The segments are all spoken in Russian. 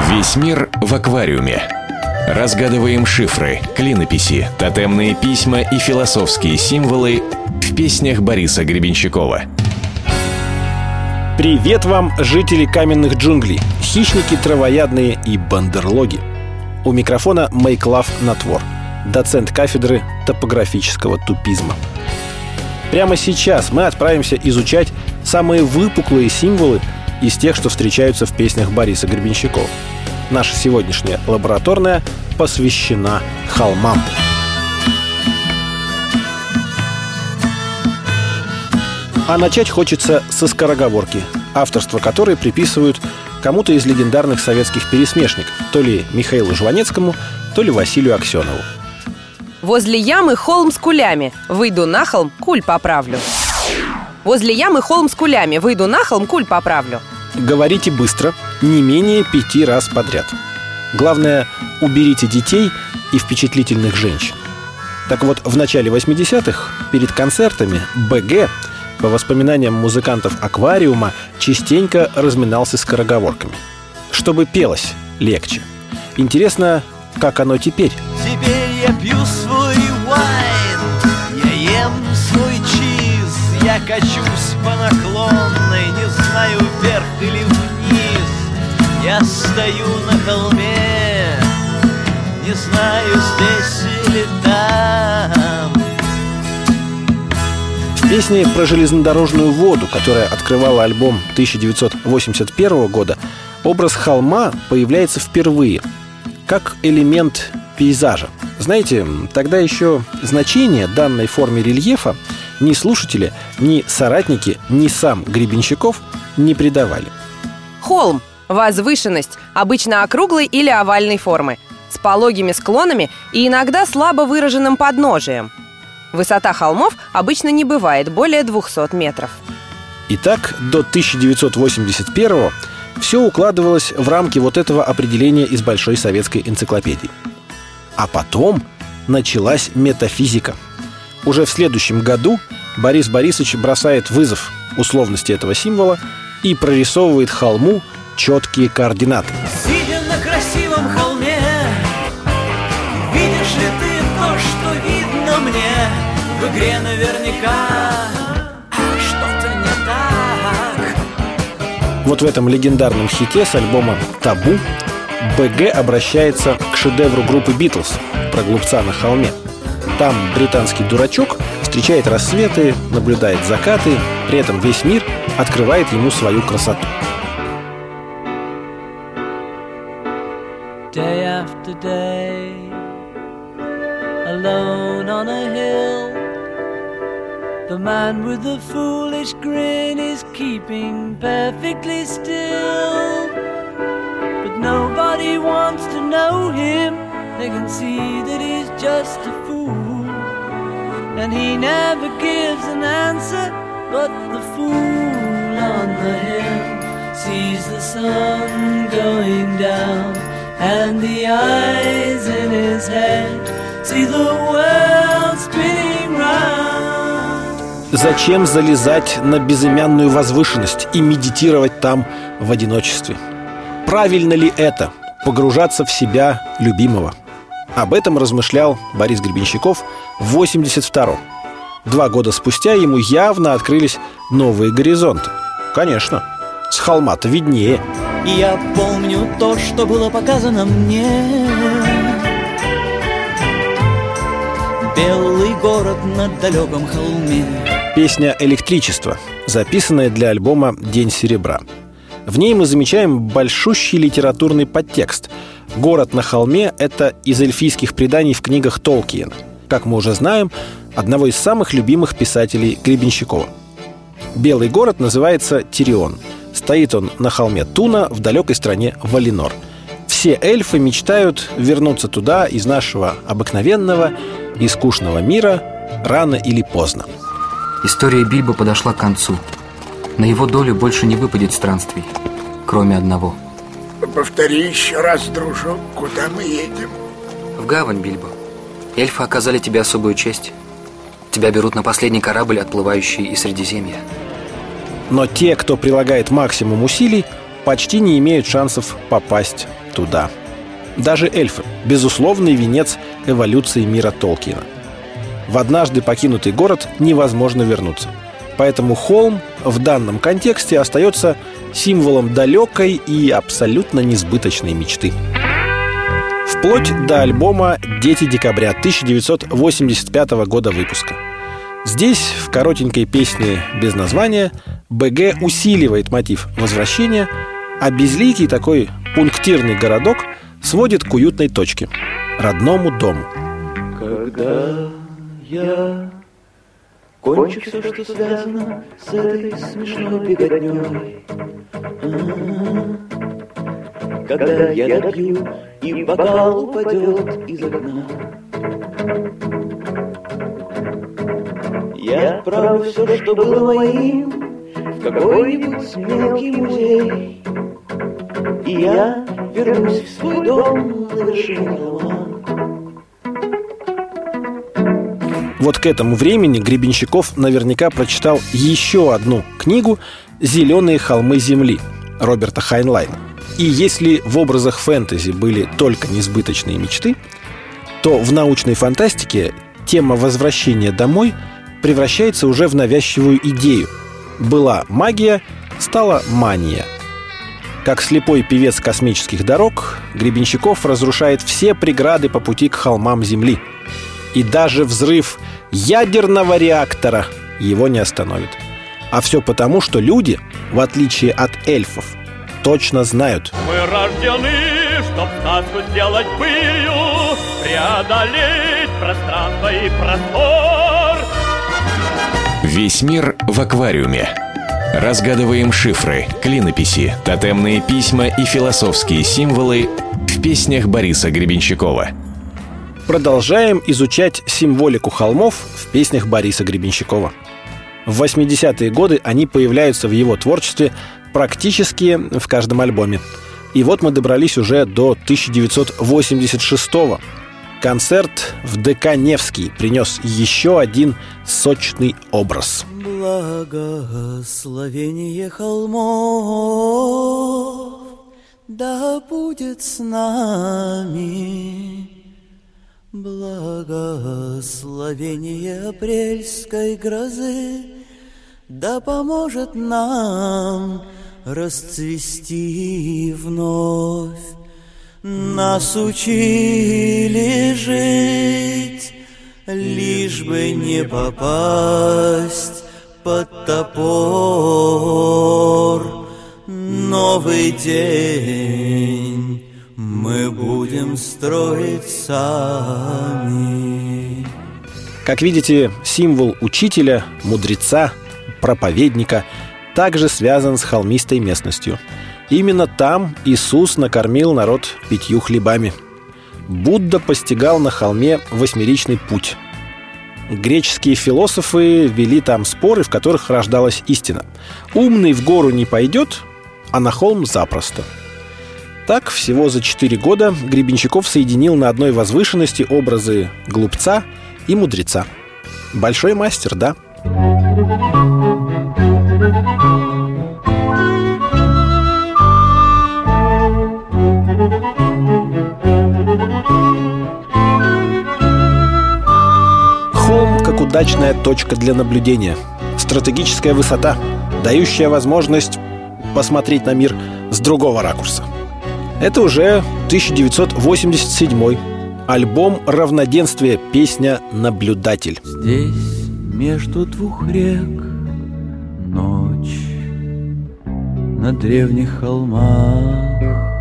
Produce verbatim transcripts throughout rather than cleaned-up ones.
Весь мир в аквариуме. Разгадываем шифры, клинописи, тотемные письма и философские символы в песнях Бориса Гребенщикова. Привет вам, жители каменных джунглей, хищники травоядные и бандерлоги. У микрофона Мейклав Натвор, доцент кафедры топографического тупизма. Прямо сейчас мы отправимся изучать самые выпуклые символы из тех, что встречаются в песнях Бориса Гребенщикова. Наша сегодняшняя лабораторная посвящена холмам. А начать хочется со скороговорки, авторство которой приписывают кому-то из легендарных советских пересмешников, то ли Михаилу Жванецкому, то ли Василию Аксенову. Возле ямы холм с кулями, выйду на холм, куль поправлю. Возле ямы холм с кулями, выйду на холм, куль поправлю. Говорите быстро, не менее пяти раз подряд. Главное, уберите детей и впечатлительных женщин. Так вот, в начале восьмидесятых, перед концертами, БГ, по воспоминаниям музыкантов «Аквариума», частенько разминался скороговорками, чтобы пелось легче. Интересно, как оно теперь? Теперь я пью свой вайн, я ем свой чиз, я качусь по наклонной, не знаю, вверх или вниз. Я стою на холме, не знаю, здесь или там. В песне про железнодорожную воду, которая открывала альбом тысяча девятьсот восемьдесят первого года, образ холма появляется впервые, как элемент пейзажа. Знаете, тогда еще значение данной форме рельефа ни слушатели, ни соратники, ни сам Гребенщиков не придавали. Холм – возвышенность, обычно округлой или овальной формы, с пологими склонами и иногда слабо выраженным подножием. Высота холмов обычно не бывает более двухсот метров. Итак, до тысяча девятьсот восемьдесят первого все укладывалось в рамки вот этого определения из Большой советской энциклопедии. А потом началась метафизика. Уже в следующем году Борис Борисович бросает вызов условности этого символа и прорисовывает холму четкие координаты. Сидя на красивом холме, видишь ли ты то, что видно мне? В игре наверняка что-то не так. Вот в этом легендарном хите с альбома «Табу» БГ обращается к шедевру группы «Битлз» про глупца на холме. Там британский дурачок встречает рассветы, наблюдает закаты, при этом весь мир открывает ему свою красоту. Day after day, alone on a hill, the man with the foolish grin is keeping perfectly still. But nobody wants to know him. They can see that he's just a fool, and he never gives an answer. But the fool on the hill sees the sun going down, and the eyes in his head see the world spinning round. Зачем залезать на безымянную возвышенность и медитировать там в одиночестве? Правильно ли это – погружаться в себя любимого? Об этом размышлял Борис Гребенщиков в восемьдесят втором. Два года спустя ему явно открылись новые горизонты. Конечно, с холма-то виднее. И я помню то, что было показано мне. Белый город на далеком холме. Песня «Электричество», записанная для альбома «День серебра». В ней мы замечаем большущий литературный подтекст. Город на холме – это из эльфийских преданий в книгах Толкиена. Как мы уже знаем, одного из самых любимых писателей Гребенщикова. Белый город называется Тирион. Стоит он на холме Туна в далекой стране Валинор. Все эльфы мечтают вернуться туда из нашего обыкновенного и скучного мира рано или поздно. История Бильбо подошла к концу. На его долю больше не выпадет странствий, кроме одного. Повтори еще раз, дружок, куда мы едем? В гавань, Бильбо. Эльфы оказали тебе особую честь. Тебя берут на последний корабль, отплывающий из Средиземья. Но те, кто прилагает максимум усилий, почти не имеют шансов попасть туда. Даже эльфы – безусловный венец эволюции мира Толкиена. В однажды покинутый город невозможно вернуться. Поэтому холм в данном контексте остается символом далекой и абсолютно несбыточной мечты. Вплоть до альбома «Дети декабря» тысяча девятьсот восемьдесят пятого года выпуска. Здесь, в коротенькой песне без названия, БГ усиливает мотив возвращения, а безликий такой пунктирный городок сводит к уютной точке – родному дому. Когда я кончу все, что связано с этой смешной беготней, когда я добью, и бокал упадет из окна, я отправлю все, что было моим, в какой-нибудь мелкий музей, и я вернусь в свой дом на вершине холма. Вот к этому времени Гребенщиков наверняка прочитал еще одну книгу «Зеленые холмы земли» Роберта Хайнлайна. И если в образах фэнтези были только несбыточные мечты, то в научной фантастике тема возвращения домой превращается уже в навязчивую идею. Была магия, стала мания. Как слепой певец космических дорог, Гребенщиков разрушает все преграды по пути к холмам Земли. И даже взрыв ядерного реактора его не остановит. А все потому, что люди, в отличие от эльфов, точно знают. Мы рождены, чтоб сказку сделать былью, преодолеть пространство и простор. Весь мир в аквариуме. Разгадываем шифры, клинописи, тотемные письма и философские символы в песнях Бориса Гребенщикова. Продолжаем изучать символику холмов в песнях Бориса Гребенщикова. В восьмидесятые годы они появляются в его творчестве практически в каждом альбоме. И вот мы добрались уже до тысяча девятьсот восемьдесят шестого. Концерт в ДК «Невский» принес еще один сочный образ. Благословение холмов да будет с нами, благословение апрельской грозы да поможет нам расцвести вновь. Нас учили жить, лишь бы не попасть под топор. Новый день мы будем строить сами. Как видите, символ учителя, мудреца, проповедника также связан с холмистой местностью. Именно там Иисус накормил народ пятью хлебами. Будда постигал на холме восьмеричный путь. Греческие философы вели там споры, в которых рождалась истина. Умный в гору не пойдет, а на холм запросто. Так, всего за четыре года Гребенщиков соединил на одной возвышенности образы глупца и мудреца. Большой мастер, да? Холм как удачная точка для наблюдения. Стратегическая высота, дающая возможность посмотреть на мир с другого ракурса. Это уже тысяча девятьсот восемьдесят седьмой. Альбом «Равноденствие», песня «Наблюдатель». Здесь между двух рек ночь на древних холмах,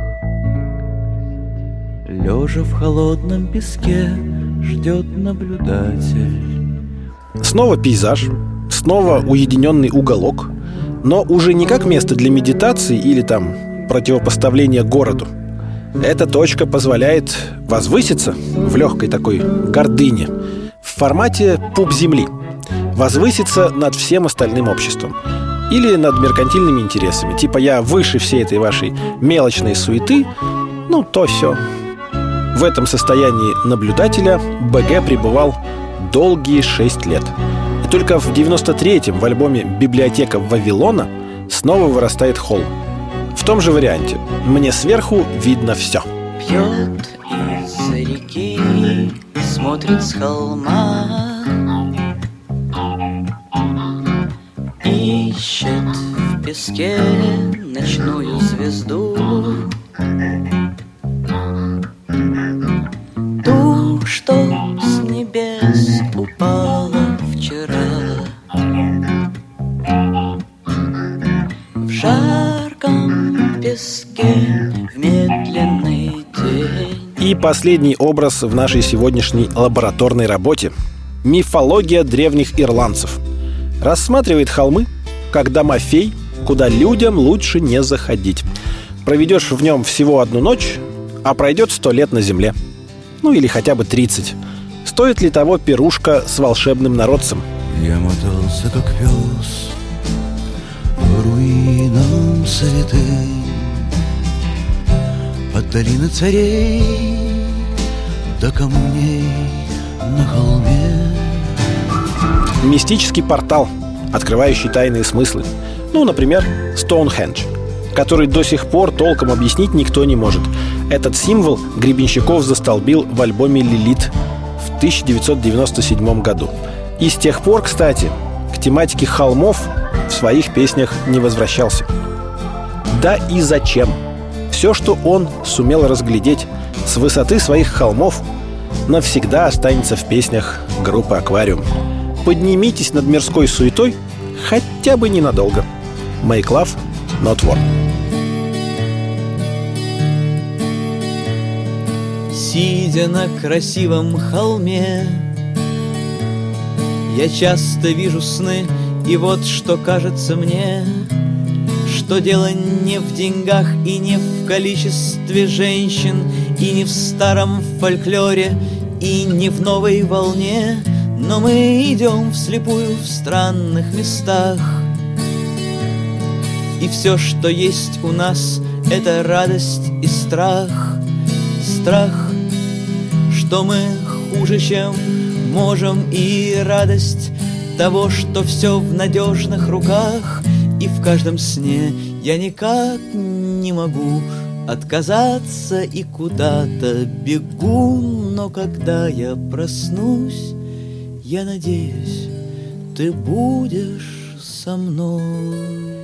лежа в холодном песке, ждет наблюдатель. Снова пейзаж, снова уединенный уголок, но уже не как место для медитации или там противопоставления городу. Эта точка позволяет возвыситься в легкой такой гордыне в формате пуп земли, возвыситься над всем остальным обществом или над меркантильными интересами. Типа я выше всей этой вашей мелочной суеты, ну то все. В этом состоянии наблюдателя БГ пребывал долгие шесть лет. И только в девяносто третьем в альбоме «Библиотека Вавилона» снова вырастает холм. В том же варианте «Мне сверху видно все». Пьет из реки, смотрит с холма, ищет в песке ночную звезду, ту, что с небес упала вчера. В жарком песке, в медленный день. И последний образ в нашей сегодняшней лабораторной работе – мифология древних ирландцев. Рассматривает холмы как дома фей, куда людям лучше не заходить. Проведешь в нем всего одну ночь, а пройдет сто лет на земле. Ну или хотя бы тридцать. Стоит ли того пирушка с волшебным народцем? Я мотался, как пес, по руинам святым, от долины царей до камней на холме. Мистический портал, открывающий тайные смыслы. Ну, например, Стоунхендж, который до сих пор толком объяснить никто не может. Этот символ Гребенщиков застолбил в альбоме «Лилит» в тысяча девятьсот девяносто седьмом году. И с тех пор, кстати, к тематике холмов в своих песнях не возвращался. Да и зачем? Все, что он сумел разглядеть с высоты своих холмов, навсегда останется в песнях группы «Аквариум». Поднимитесь над мирской суетой хотя бы ненадолго. Make love, not war. Сидя на красивом холме, я часто вижу сны, и вот что кажется мне, что дело не в деньгах и не в количестве женщин, и не в старом фольклоре, и не в новой волне, но мы идем вслепую в странных местах, и все, что есть у нас, это радость и страх. Страх, что мы хуже, чем можем, и радость того, что все в надежных руках. И в каждом сне я никак не могу отказаться и куда-то бегу. Но когда я проснусь, я надеюсь, ты будешь со мной.